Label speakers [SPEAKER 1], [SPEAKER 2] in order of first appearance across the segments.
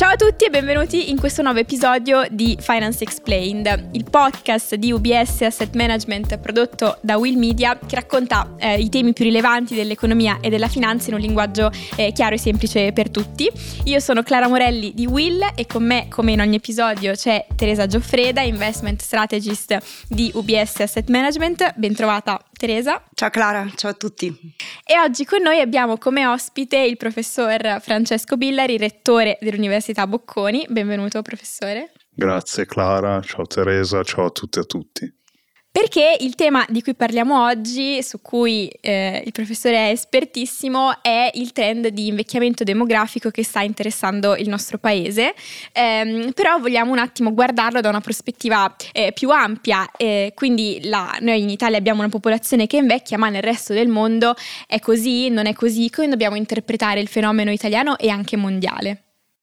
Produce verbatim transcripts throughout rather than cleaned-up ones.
[SPEAKER 1] Ciao a tutti e benvenuti in questo nuovo episodio di Finance Explained, il podcast di U B S Asset Management prodotto da Will Media che racconta eh, i temi più rilevanti dell'economia e della finanza in un linguaggio eh, chiaro e semplice per tutti. Io sono Clara Morelli di Will e con me, come in ogni episodio, c'è Teresa Gioffreda, Investment Strategist di U B S Asset Management. Bentrovata Teresa.
[SPEAKER 2] Ciao Clara, ciao a tutti.
[SPEAKER 1] E oggi con noi abbiamo come ospite il professor Francesco Billari, rettore dell'Università Bocconi. Benvenuto professore.
[SPEAKER 3] Grazie Clara, ciao Teresa, ciao a tutte e a tutti.
[SPEAKER 1] Perché il tema di cui parliamo oggi, su cui eh, il professore è espertissimo, è il trend di invecchiamento demografico che sta interessando il nostro paese, ehm, però vogliamo un attimo guardarlo da una prospettiva eh, più ampia, eh, quindi la, noi in Italia abbiamo una popolazione che invecchia, ma nel resto del mondo è così, non è così? Come dobbiamo interpretare il fenomeno italiano e anche mondiale?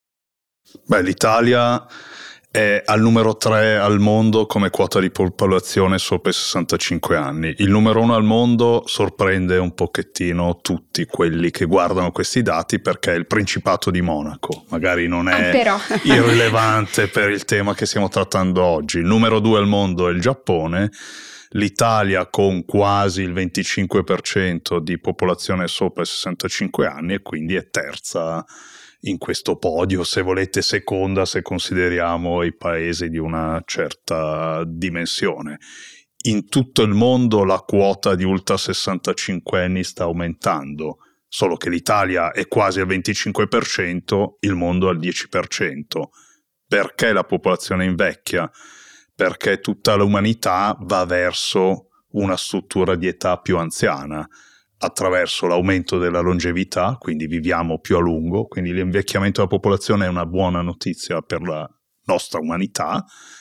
[SPEAKER 3] Beh, l'Italia è al numero tre al mondo come quota di popolazione sopra i sessantacinque anni. Il numero uno al mondo sorprende un pochettino tutti quelli che guardano questi dati perché è il Principato di Monaco. Magari non è
[SPEAKER 1] Però.
[SPEAKER 3] irrilevante per il tema che stiamo trattando oggi. Il numero due al mondo è il Giappone. L'Italia con quasi il venticinque per cento di popolazione sopra i sessantacinque anni e quindi è terza in questo podio, se volete seconda se consideriamo i paesi di una certa dimensione. In tutto il mondo la quota di ultra sessantacinquenni sta aumentando, solo che l'Italia è quasi al venticinque per cento, il mondo al dieci per cento. Perché la popolazione invecchia? Perché tutta l'umanità va verso una struttura di età più anziana, attraverso l'aumento della longevità, quindi viviamo più a lungo, quindi l'invecchiamento della popolazione è una buona notizia per la nostra umanità,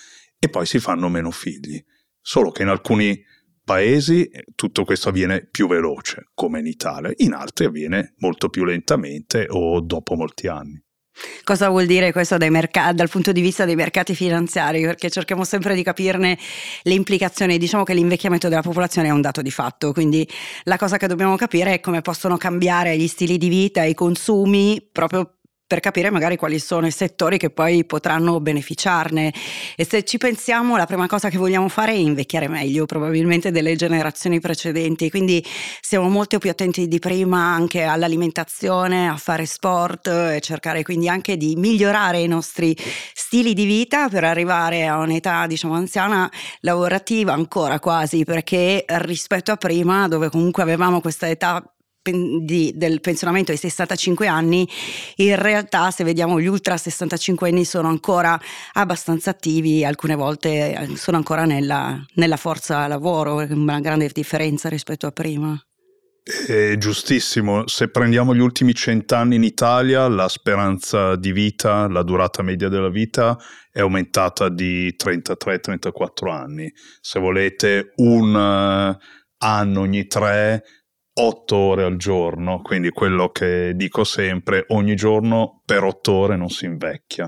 [SPEAKER 3] e poi si fanno meno figli. Solo che in alcuni paesi tutto questo avviene più veloce, come in Italia, in altri avviene molto più lentamente o dopo molti anni.
[SPEAKER 2] Cosa vuol dire questo dai merc- dal punto di vista dei mercati finanziari? Perché cerchiamo sempre di capirne le implicazioni. Diciamo che l'invecchiamento della popolazione è un dato di fatto, quindi la cosa che dobbiamo capire è come possono cambiare gli stili di vita e i consumi proprio per capire magari quali sono i settori che poi potranno beneficiarne. E se ci pensiamo, la prima cosa che vogliamo fare è invecchiare meglio, probabilmente delle generazioni precedenti, quindi siamo molto più attenti di prima anche all'alimentazione, a fare sport e cercare quindi anche di migliorare i nostri stili di vita per arrivare a un'età, diciamo, anziana lavorativa ancora quasi, perché rispetto a prima, dove comunque avevamo questa età Di, del pensionamento ai sessantacinque anni, in realtà se vediamo gli ultra sessantacinque anni sono ancora abbastanza attivi, alcune volte sono ancora nella, nella forza lavoro, una grande differenza rispetto a prima.
[SPEAKER 3] È giustissimo, se prendiamo gli ultimi cent'anni in Italia la speranza di vita, la durata media della vita è aumentata di trentatré trentaquattro anni, se volete un uh, anno ogni tre, otto ore al giorno, quindi quello che dico sempre, ogni giorno per otto ore non si invecchia.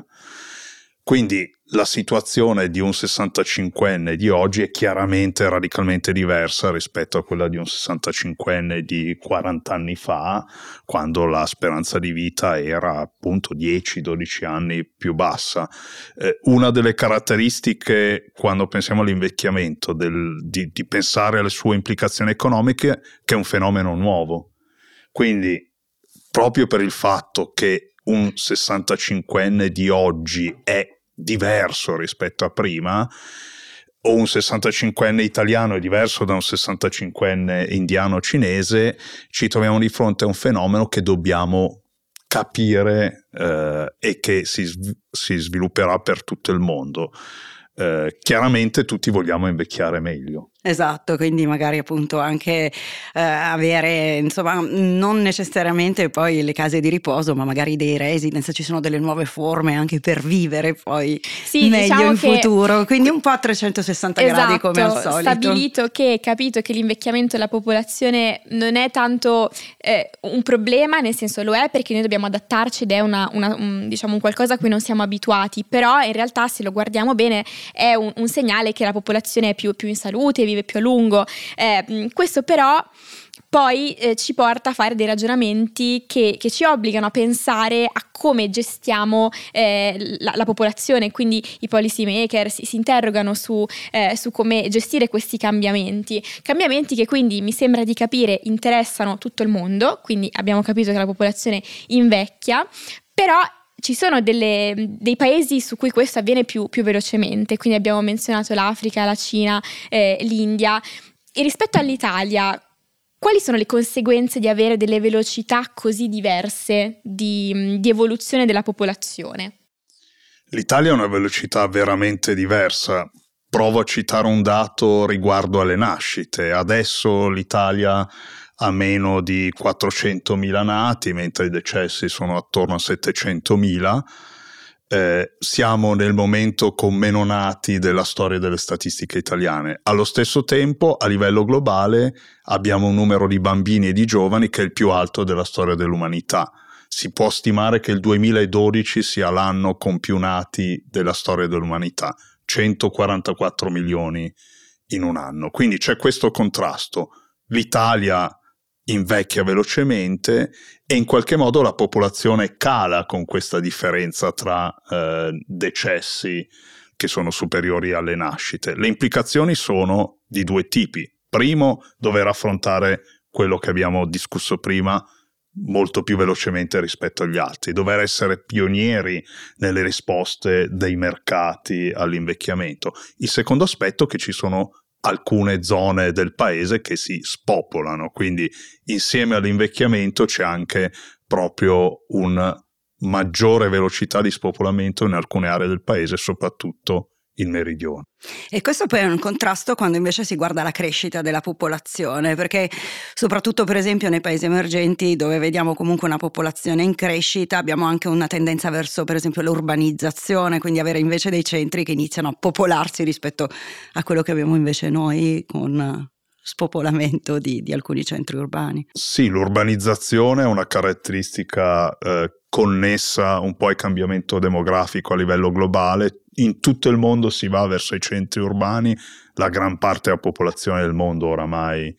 [SPEAKER 3] Quindi la situazione di un sessantacinquenne di oggi è chiaramente radicalmente diversa rispetto a quella di un sessantacinquenne di quaranta anni fa, quando la speranza di vita era appunto dieci dodici anni più bassa. Eh, una delle caratteristiche quando pensiamo all'invecchiamento del, di, di pensare alle sue implicazioni economiche, che è un fenomeno nuovo. Quindi proprio per il fatto che un sessantacinquenne di oggi è diverso rispetto a prima, o un sessantacinquenne italiano è diverso da un sessantacinquenne indiano cinese, ci troviamo di fronte a un fenomeno che dobbiamo capire eh, e che si, si svilupperà per tutto il mondo. Eh, chiaramente tutti vogliamo invecchiare meglio.
[SPEAKER 2] Esatto, quindi magari appunto anche eh, avere, insomma, non necessariamente poi le case di riposo, ma magari dei residence, ci sono delle nuove forme anche per vivere poi
[SPEAKER 1] sì,
[SPEAKER 2] meglio
[SPEAKER 1] diciamo
[SPEAKER 2] in
[SPEAKER 1] che,
[SPEAKER 2] futuro, quindi un po' a trecentosessanta
[SPEAKER 1] esatto,
[SPEAKER 2] gradi come al solito.
[SPEAKER 1] Stabilito che, capito che l'invecchiamento della popolazione non è tanto eh, un problema, nel senso lo è perché noi dobbiamo adattarci ed è una, una, un, diciamo un qualcosa a cui non siamo abituati, però in realtà se lo guardiamo bene è un, un segnale che la popolazione è più, più in salute, vive più a lungo. Eh, questo però poi eh, ci porta a fare dei ragionamenti che, che ci obbligano a pensare a come gestiamo eh, la, la popolazione, quindi i policy maker si, si interrogano su, eh, su come gestire questi cambiamenti, cambiamenti che quindi mi sembra di capire interessano tutto il mondo, quindi abbiamo capito che la popolazione invecchia, però ci sono delle, dei paesi su cui questo avviene più, più velocemente, quindi abbiamo menzionato l'Africa, la Cina, eh, l'India, e rispetto all'Italia quali sono le conseguenze di avere delle velocità così diverse di, di evoluzione della popolazione?
[SPEAKER 3] L'Italia ha una velocità veramente diversa. Provo a citare un dato riguardo alle nascite. Adesso l'Italia ha meno di quattrocentomila nati, mentre i decessi sono attorno a settecentomila. Eh, siamo nel momento con meno nati della storia delle statistiche italiane. Allo stesso tempo, a livello globale, abbiamo un numero di bambini e di giovani che è il più alto della storia dell'umanità. Si può stimare che il duemiladodici sia l'anno con più nati della storia dell'umanità, centoquarantaquattro milioni in un anno. Quindi c'è questo contrasto. L'Italia invecchia velocemente e in qualche modo la popolazione cala con questa differenza tra eh, decessi che sono superiori alle nascite. Le implicazioni sono di due tipi. Primo, dover affrontare quello che abbiamo discusso prima molto più velocemente rispetto agli altri, dover essere pionieri nelle risposte dei mercati all'invecchiamento. Il secondo aspetto è che ci sono alcune zone del paese che si spopolano, quindi insieme all'invecchiamento c'è anche proprio una maggiore velocità di spopolamento in alcune aree del paese, soprattutto il meridione.
[SPEAKER 2] E questo poi è un contrasto quando invece si guarda la crescita della popolazione, perché soprattutto per esempio nei paesi emergenti dove vediamo comunque una popolazione in crescita abbiamo anche una tendenza verso per esempio l'urbanizzazione, quindi avere invece dei centri che iniziano a popolarsi rispetto a quello che abbiamo invece noi con spopolamento di, di alcuni centri urbani.
[SPEAKER 3] Sì, l'urbanizzazione è una caratteristica eh, connessa un po' al cambiamento demografico a livello globale. In tutto il mondo si va verso i centri urbani, la gran parte della popolazione del mondo oramai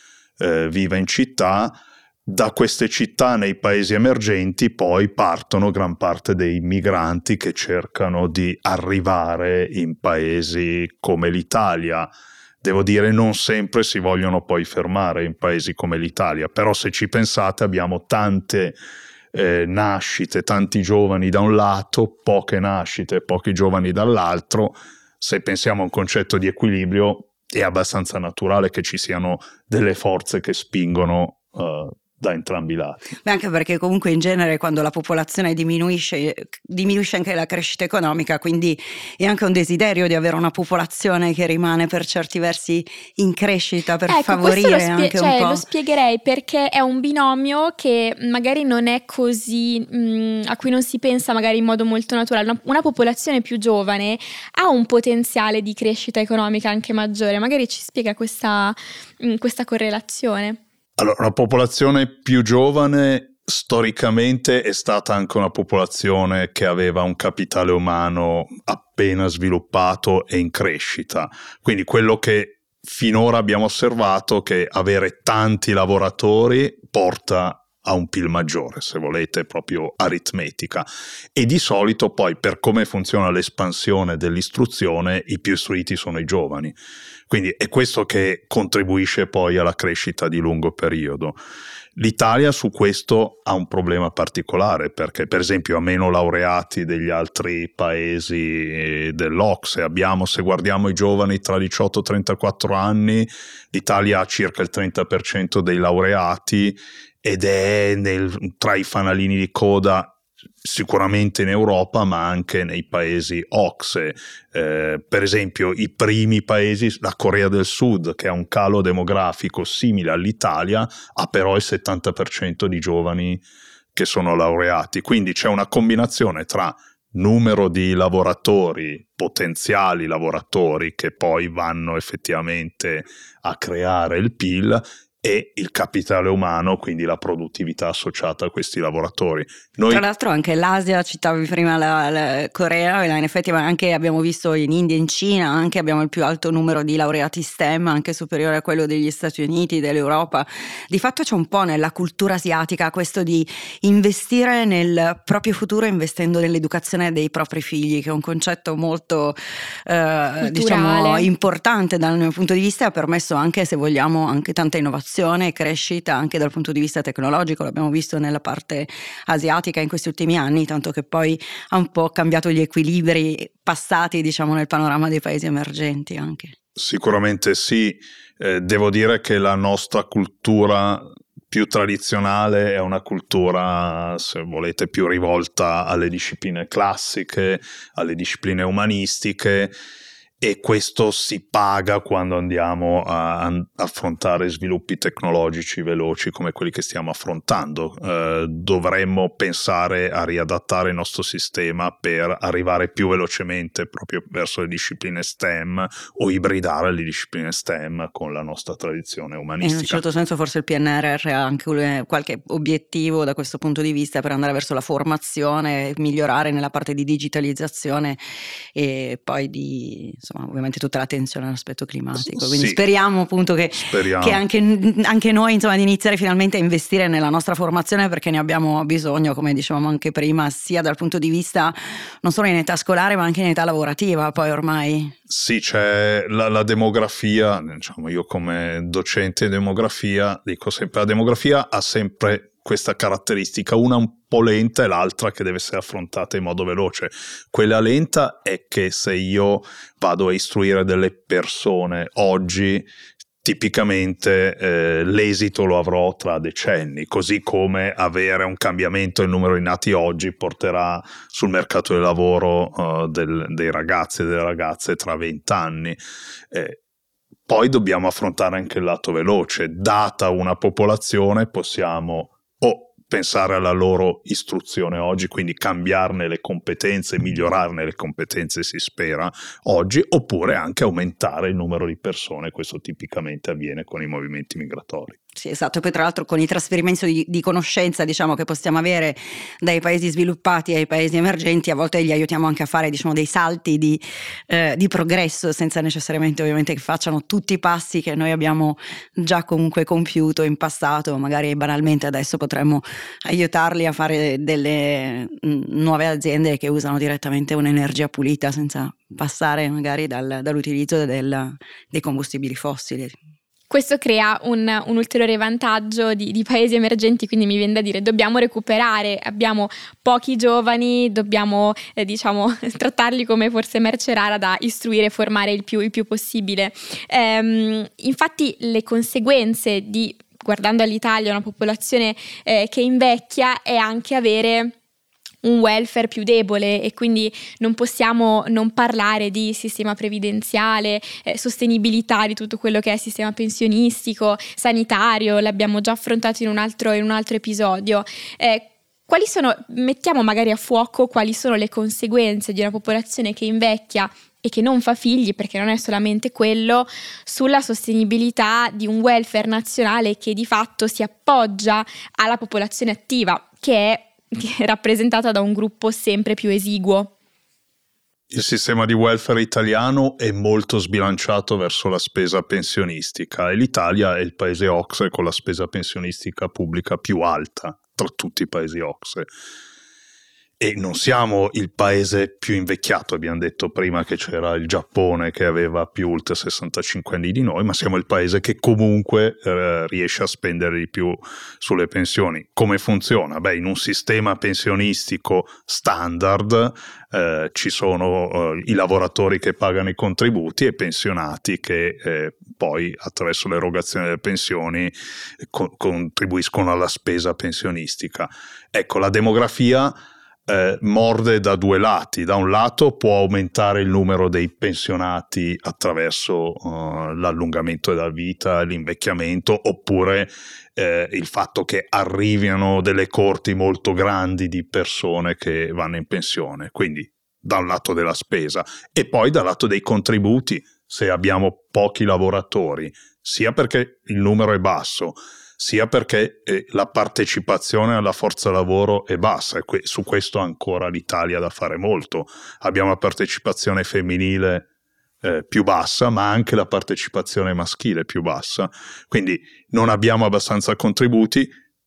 [SPEAKER 3] eh, vive in città. Da queste città nei paesi emergenti poi partono gran parte dei migranti che cercano di arrivare in paesi come l'Italia. Devo dire, non sempre si vogliono poi fermare in paesi come l'Italia, però se ci pensate abbiamo tante eh, nascite, tanti giovani da un lato, poche nascite, pochi giovani dall'altro. Se pensiamo a un concetto di equilibrio è abbastanza naturale che ci siano delle forze che spingono uh, da entrambi i lati.
[SPEAKER 2] Beh, anche perché comunque in genere quando la popolazione diminuisce, diminuisce anche la crescita economica, quindi è anche un desiderio di avere una popolazione che rimane per certi versi in crescita per
[SPEAKER 1] ecco,
[SPEAKER 2] favorire
[SPEAKER 1] lo spie-
[SPEAKER 2] anche
[SPEAKER 1] cioè,
[SPEAKER 2] un po'.
[SPEAKER 1] Lo spiegherei perché è un binomio che magari non è così, mh, a cui non si pensa magari in modo molto naturale. Una, una popolazione più giovane ha un potenziale di crescita economica anche maggiore, magari ci spiega questa, mh, questa correlazione.
[SPEAKER 3] Allora, una popolazione più giovane storicamente è stata anche una popolazione che aveva un capitale umano appena sviluppato e in crescita. Quindi quello che finora abbiamo osservato è che avere tanti lavoratori porta a un P I L maggiore, se volete, proprio aritmetica. E di solito poi, per come funziona l'espansione dell'istruzione, i più istruiti sono i giovani. Quindi è questo che contribuisce poi alla crescita di lungo periodo. L'Italia su questo ha un problema particolare perché per esempio ha meno laureati degli altri paesi dell'O C S E. Abbiamo, se guardiamo i giovani tra diciotto e trentaquattro anni, l'Italia ha circa il trenta per cento dei laureati ed è nel, tra i fanalini di coda sicuramente in Europa ma anche nei paesi O C S E. Eh, per esempio i primi paesi, la Corea del Sud, che ha un calo demografico simile all'Italia, ha però il settanta per cento di giovani che sono laureati. Quindi c'è una combinazione tra numero di lavoratori, potenziali lavoratori che poi vanno effettivamente a creare il P I L, e il capitale umano, quindi la produttività associata a questi lavoratori. Noi...
[SPEAKER 2] Tra l'altro anche l'Asia, citavi prima la, la Corea, in effetti anche abbiamo visto in India e in Cina, anche abbiamo il più alto numero di laureati STEM, anche superiore a quello degli Stati Uniti, dell'Europa. Di fatto c'è un po' nella cultura asiatica questo di investire nel proprio futuro investendo nell'educazione dei propri figli, che è un concetto molto eh, diciamo importante dal mio punto di vista, e ha permesso anche, se vogliamo, anche tanta innovazione e crescita anche dal punto di vista tecnologico. L'abbiamo visto nella parte asiatica in questi ultimi anni, tanto che poi ha un po' cambiato gli equilibri passati, diciamo, nel panorama dei paesi emergenti anche.
[SPEAKER 3] Sicuramente sì, eh, devo dire che la nostra cultura più tradizionale è una cultura, se volete, più rivolta alle discipline classiche, alle discipline umanistiche, e questo si paga quando andiamo a, a affrontare sviluppi tecnologici veloci come quelli che stiamo affrontando. Eh, dovremmo pensare a riadattare il nostro sistema per arrivare più velocemente proprio verso le discipline STEM o ibridare le discipline STEM con la nostra tradizione umanistica.
[SPEAKER 2] In un certo senso forse il P N R R ha anche qualche obiettivo da questo punto di vista per andare verso la formazione, migliorare nella parte di digitalizzazione e poi di... insomma, ovviamente tutta l'attenzione all'aspetto climatico, quindi
[SPEAKER 3] sì,
[SPEAKER 2] speriamo appunto che,
[SPEAKER 3] speriamo.
[SPEAKER 2] che anche, anche noi, insomma, di iniziare finalmente a investire nella nostra formazione, perché ne abbiamo bisogno, come dicevamo anche prima, sia dal punto di vista non solo in età scolare ma anche in età lavorativa poi ormai.
[SPEAKER 3] Sì, c'è la, la demografia, diciamo, io come docente di demografia dico sempre, la demografia ha sempre questa caratteristica, una un po' lenta e l'altra che deve essere affrontata in modo veloce. Quella lenta è che se io vado a istruire delle persone oggi, tipicamente eh, l'esito lo avrò tra decenni, così come avere un cambiamento nel numero di nati oggi porterà sul mercato del lavoro uh, del, dei ragazzi e delle ragazze tra vent'anni. Eh, poi dobbiamo affrontare anche il lato veloce. Data una popolazione possiamo o pensare alla loro istruzione oggi, quindi cambiarne le competenze, migliorarne le competenze, si spera, oggi, oppure anche aumentare il numero di persone. Questo tipicamente avviene con i movimenti migratori.
[SPEAKER 2] Sì, esatto, poi tra l'altro con i trasferimenti di, di conoscenza, diciamo, che possiamo avere dai paesi sviluppati ai paesi emergenti, a volte gli aiutiamo anche a fare, diciamo, dei salti di, eh, di progresso, senza necessariamente ovviamente che facciano tutti i passi che noi abbiamo già comunque compiuto in passato. Magari banalmente adesso potremmo aiutarli a fare delle mh, nuove aziende che usano direttamente un'energia pulita senza passare magari dal, dall'utilizzo del, dei combustibili fossili.
[SPEAKER 1] Questo crea un, un ulteriore vantaggio di, di paesi emergenti, quindi mi viene da dire dobbiamo recuperare, abbiamo pochi giovani, dobbiamo eh, diciamo trattarli come forse merce rara da istruire e formare il più, il più possibile. Ehm, infatti le conseguenze di, guardando all'Italia, una popolazione eh, che invecchia, è anche avere un welfare più debole, e quindi non possiamo non parlare di sistema previdenziale, eh, sostenibilità di tutto quello che è sistema pensionistico, sanitario. L'abbiamo già affrontato in un altro, in un altro episodio. Eh, quali sono, mettiamo magari a fuoco quali sono le conseguenze di una popolazione che invecchia e che non fa figli, perché non è solamente quello, sulla sostenibilità di un welfare nazionale che di fatto si appoggia alla popolazione attiva, che è che è rappresentata da un gruppo sempre più esiguo.
[SPEAKER 3] Il sistema di welfare italiano è molto sbilanciato verso la spesa pensionistica e l'Italia è il paese O C S E con la spesa pensionistica pubblica più alta tra tutti i paesi O C S E. E non siamo il paese più invecchiato, abbiamo detto prima che c'era il Giappone che aveva più oltre sessantacinque anni di noi, ma siamo il paese che comunque eh, riesce a spendere di più sulle pensioni. Come funziona? Beh, in un sistema pensionistico standard eh, ci sono eh, i lavoratori che pagano i contributi e i pensionati che eh, poi attraverso l'erogazione delle pensioni co- contribuiscono alla spesa pensionistica. Ecco, la demografia Eh, morde da due lati. Da un lato può aumentare il numero dei pensionati attraverso uh, l'allungamento della vita, l'invecchiamento, oppure eh, il fatto che arrivino delle corti molto grandi di persone che vanno in pensione. Quindi da un lato della spesa, e poi dal lato dei contributi. Se abbiamo pochi lavoratori sia perché il numero è basso, sia perché eh, la partecipazione alla forza lavoro è bassa, e que- su questo ancora l'Italia ha da fare molto. Abbiamo una partecipazione femminile eh, più bassa, ma anche la partecipazione maschile più bassa, quindi non abbiamo abbastanza contributi.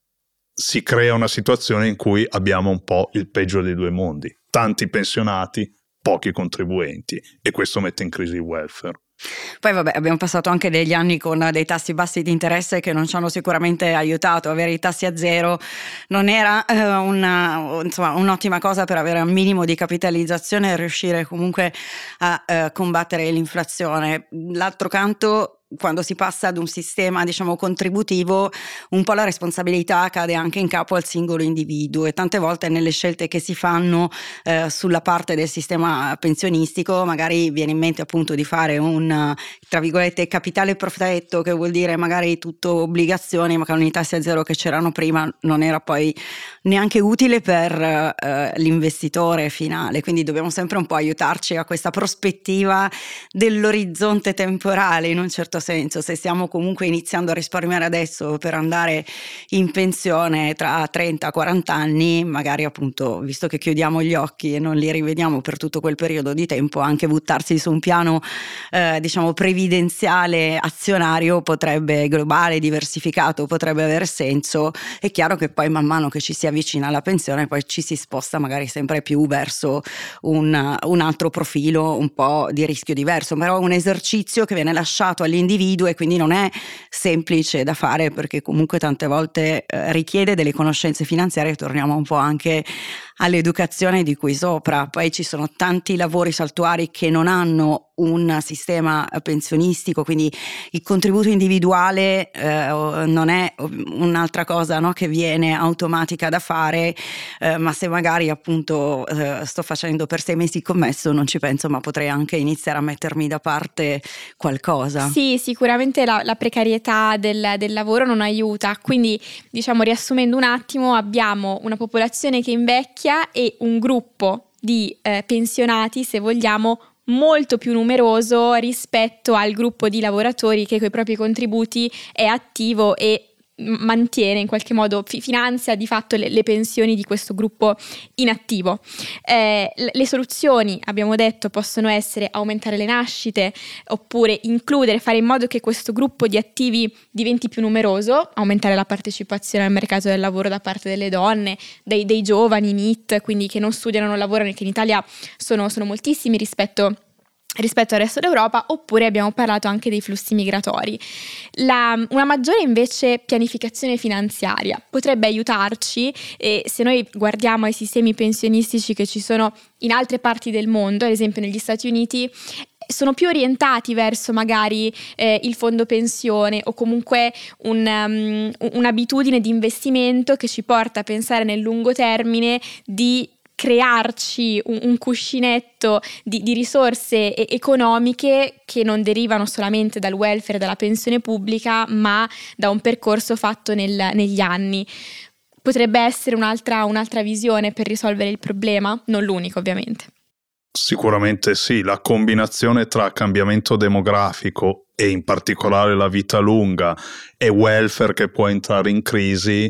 [SPEAKER 3] Si crea una situazione in cui abbiamo un po' il peggio dei due mondi, tanti pensionati, pochi contribuenti, e questo mette in crisi il welfare.
[SPEAKER 2] Poi vabbè, abbiamo passato anche degli anni con dei tassi bassi di interesse che non ci hanno sicuramente aiutato. Avere i tassi a zero non era eh, una, insomma, un'ottima cosa per avere un minimo di capitalizzazione e riuscire comunque a eh, combattere l'inflazione. L'altro canto, quando si passa ad un sistema, diciamo, contributivo, un po' la responsabilità cade anche in capo al singolo individuo, e tante volte nelle scelte che si fanno eh, sulla parte del sistema pensionistico magari viene in mente appunto di fare un, tra virgolette, capitale protetto, che vuol dire magari tutto obbligazioni, ma con i tassi a zero che c'erano prima non era poi neanche utile per eh, l'investitore finale. Quindi dobbiamo sempre un po' aiutarci a questa prospettiva dell'orizzonte temporale, in un certo senso. Se stiamo comunque iniziando a risparmiare adesso per andare in pensione tra trenta quaranta anni, magari appunto, visto che chiudiamo gli occhi e non li rivediamo per tutto quel periodo di tempo, anche buttarsi su un piano eh, diciamo previdenziale azionario potrebbe, globale, diversificato, potrebbe avere senso. È chiaro che poi man mano che ci si avvicina alla pensione poi ci si sposta magari sempre più verso un, un altro profilo un po' di rischio diverso, però è un esercizio che viene lasciato all'individuo e quindi non è semplice da fare, perché comunque tante volte eh, richiede delle conoscenze finanziarie. Torniamo un po' anche all'educazione di cui sopra. Poi ci sono tanti lavori saltuari che non hanno un sistema pensionistico, quindi il contributo individuale eh, non è un'altra cosa, no, che viene automatica da fare, eh, ma se magari appunto eh, sto facendo per sei mesi il commesso non ci penso, ma potrei anche iniziare a mettermi da parte qualcosa.
[SPEAKER 1] Sì, sicuramente la, la precarietà del, del lavoro non aiuta, quindi diciamo, riassumendo un attimo, abbiamo una popolazione che invecchia e un gruppo di eh, pensionati, se vogliamo, molto più numeroso rispetto al gruppo di lavoratori che coi propri contributi è attivo e mantiene in qualche modo, finanzia di fatto le, le pensioni di questo gruppo inattivo. Eh, le soluzioni, abbiamo detto, possono essere aumentare le nascite oppure includere, fare in modo che questo gruppo di attivi diventi più numeroso, aumentare la partecipazione al mercato del lavoro da parte delle donne, dei, dei giovani N I T, quindi che non studiano, non lavorano, e che in Italia sono, sono moltissimi rispetto rispetto al resto d'Europa. Oppure abbiamo parlato anche dei flussi migratori. La, una maggiore invece pianificazione finanziaria potrebbe aiutarci, e se noi guardiamo ai sistemi pensionistici che ci sono in altre parti del mondo, ad esempio negli Stati Uniti, sono più orientati verso magari eh, il fondo pensione o comunque un, um, un'abitudine di investimento che ci porta a pensare nel lungo termine di crearci un, un cuscinetto di, di risorse economiche che non derivano solamente dal welfare e dalla pensione pubblica, ma da un percorso fatto nel, negli anni. Potrebbe essere un'altra, un'altra visione per risolvere il problema, non l'unico ovviamente.
[SPEAKER 3] Sicuramente sì, la combinazione tra cambiamento demografico e in particolare la vita lunga e welfare che può entrare in crisi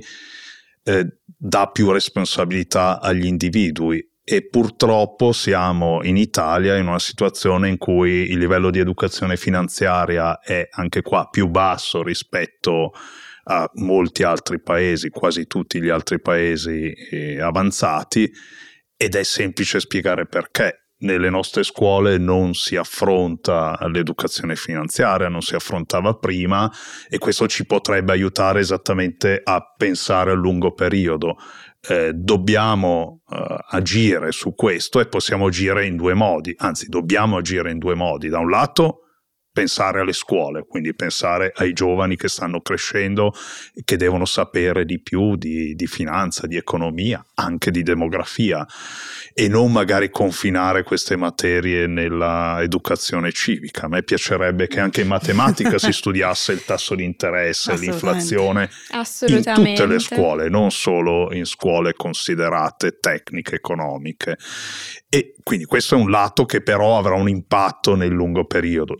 [SPEAKER 3] eh, dà più responsabilità agli individui, e purtroppo siamo in Italia in una situazione in cui il livello di educazione finanziaria è anche qua più basso rispetto a molti altri paesi, quasi tutti gli altri paesi eh, avanzati, ed è semplice spiegare perché. Nelle nostre scuole non si affronta l'educazione finanziaria, non si affrontava prima, e questo ci potrebbe aiutare esattamente a pensare a lungo periodo. Eh, dobbiamo eh, agire su questo, e possiamo agire in due modi, anzi dobbiamo agire in due modi. Da un lato pensare alle scuole, quindi pensare ai giovani che stanno crescendo e che devono sapere di più di, di finanza, di economia, anche di demografia, e non magari confinare queste materie nella educazione civica. A me piacerebbe che anche in matematica si studiasse il tasso di interesse, l'inflazione in tutte le scuole, non solo in scuole considerate tecniche economiche. E quindi questo è un lato che però avrà un impatto nel lungo periodo importante.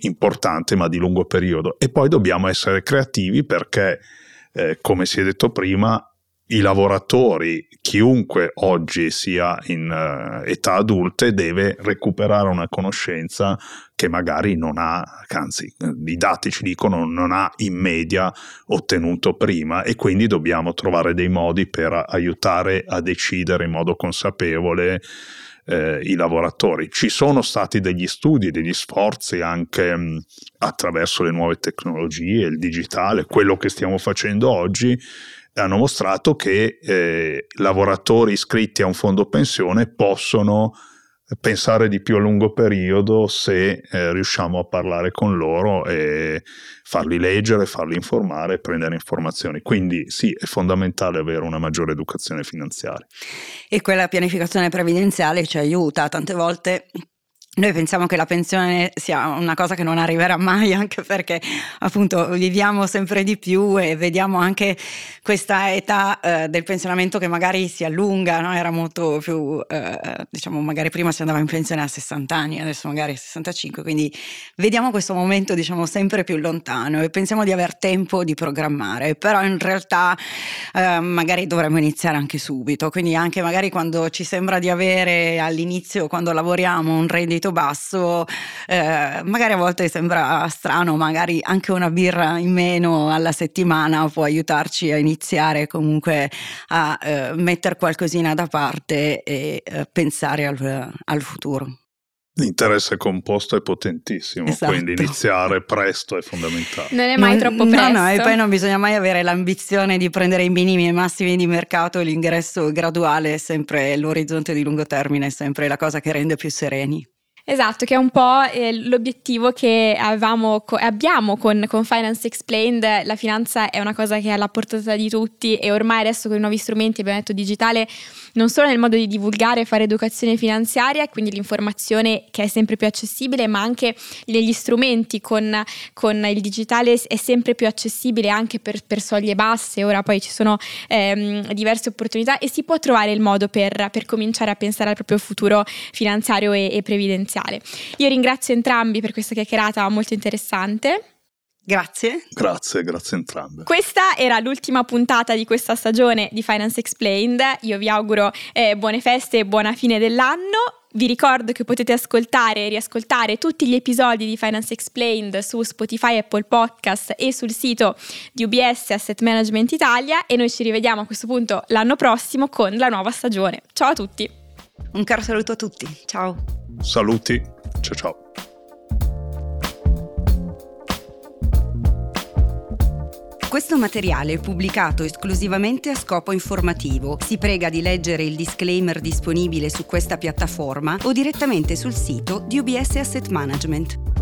[SPEAKER 3] importante ma di lungo periodo. E poi dobbiamo essere creativi perché, eh, come si è detto prima, i lavoratori, chiunque oggi sia in uh, età adulte, deve recuperare una conoscenza che magari non ha, anzi i dati ci dicono non ha in media ottenuto prima, e quindi dobbiamo trovare dei modi per aiutare a decidere in modo consapevole eh, i lavoratori. Ci sono stati degli studi, degli sforzi anche mh, attraverso le nuove tecnologie, il digitale, quello che stiamo facendo oggi, hanno mostrato che eh, lavoratori iscritti a un fondo pensione possono pensare di più a lungo periodo se eh, riusciamo a parlare con loro e farli leggere, farli informare, prendere informazioni. Quindi sì, è fondamentale avere una maggiore educazione finanziaria.
[SPEAKER 2] E quella pianificazione previdenziale ci aiuta. Tante volte noi pensiamo che la pensione sia una cosa che non arriverà mai, anche perché appunto viviamo sempre di più e vediamo anche questa età eh, del pensionamento che magari si allunga, no? Era molto più, eh, diciamo, magari prima si andava in pensione a sessanta anni, adesso magari a sessantacinque, quindi vediamo questo momento, diciamo, sempre più lontano e pensiamo di aver tempo di programmare, però in realtà eh, magari dovremmo iniziare anche subito, quindi anche magari quando ci sembra di avere all'inizio, quando lavoriamo, un reddito basso, eh, magari a volte sembra strano, magari anche una birra in meno alla settimana può aiutarci a iniziare comunque a eh, mettere qualcosina da parte e eh, pensare al, al futuro.
[SPEAKER 3] L'interesse composto è potentissimo, esatto. Quindi iniziare presto è fondamentale.
[SPEAKER 1] Non è mai
[SPEAKER 2] non,
[SPEAKER 1] troppo presto.
[SPEAKER 2] No, no, e poi non bisogna mai avere l'ambizione di prendere i minimi e massimi di mercato, l'ingresso graduale è sempre l'orizzonte di lungo termine, è sempre la cosa che rende più sereni.
[SPEAKER 1] Esatto, che è un po' eh, l'obiettivo che avevamo, co- abbiamo con, con Finance Explained. La finanza è una cosa che è alla portata di tutti e ormai adesso con i nuovi strumenti, abbiamo detto digitale, non solo nel modo di divulgare e fare educazione finanziaria, quindi l'informazione che è sempre più accessibile, ma anche negli strumenti con, con il digitale è sempre più accessibile anche per, per soglie basse. Ora poi ci sono ehm, diverse opportunità e si può trovare il modo per, per cominciare a pensare al proprio futuro finanziario e, e previdenziale. Io ringrazio entrambi per questa chiacchierata molto interessante.
[SPEAKER 2] Grazie.
[SPEAKER 3] Grazie, grazie a entrambe.
[SPEAKER 1] Questa era l'ultima puntata di questa stagione di Finance Explained. Io vi auguro eh, buone feste e buona fine dell'anno. Vi ricordo che potete ascoltare e riascoltare tutti gli episodi di Finance Explained su Spotify, Apple Podcast e sul sito di U B S Asset Management Italia, e noi ci rivediamo a questo punto l'anno prossimo con la nuova stagione. Ciao a tutti.
[SPEAKER 2] Un caro saluto a tutti. Ciao.
[SPEAKER 3] Saluti. Ciao ciao.
[SPEAKER 2] Questo materiale è pubblicato esclusivamente a scopo informativo. Si prega di leggere il disclaimer disponibile su questa piattaforma o direttamente sul sito di U B S Asset Management.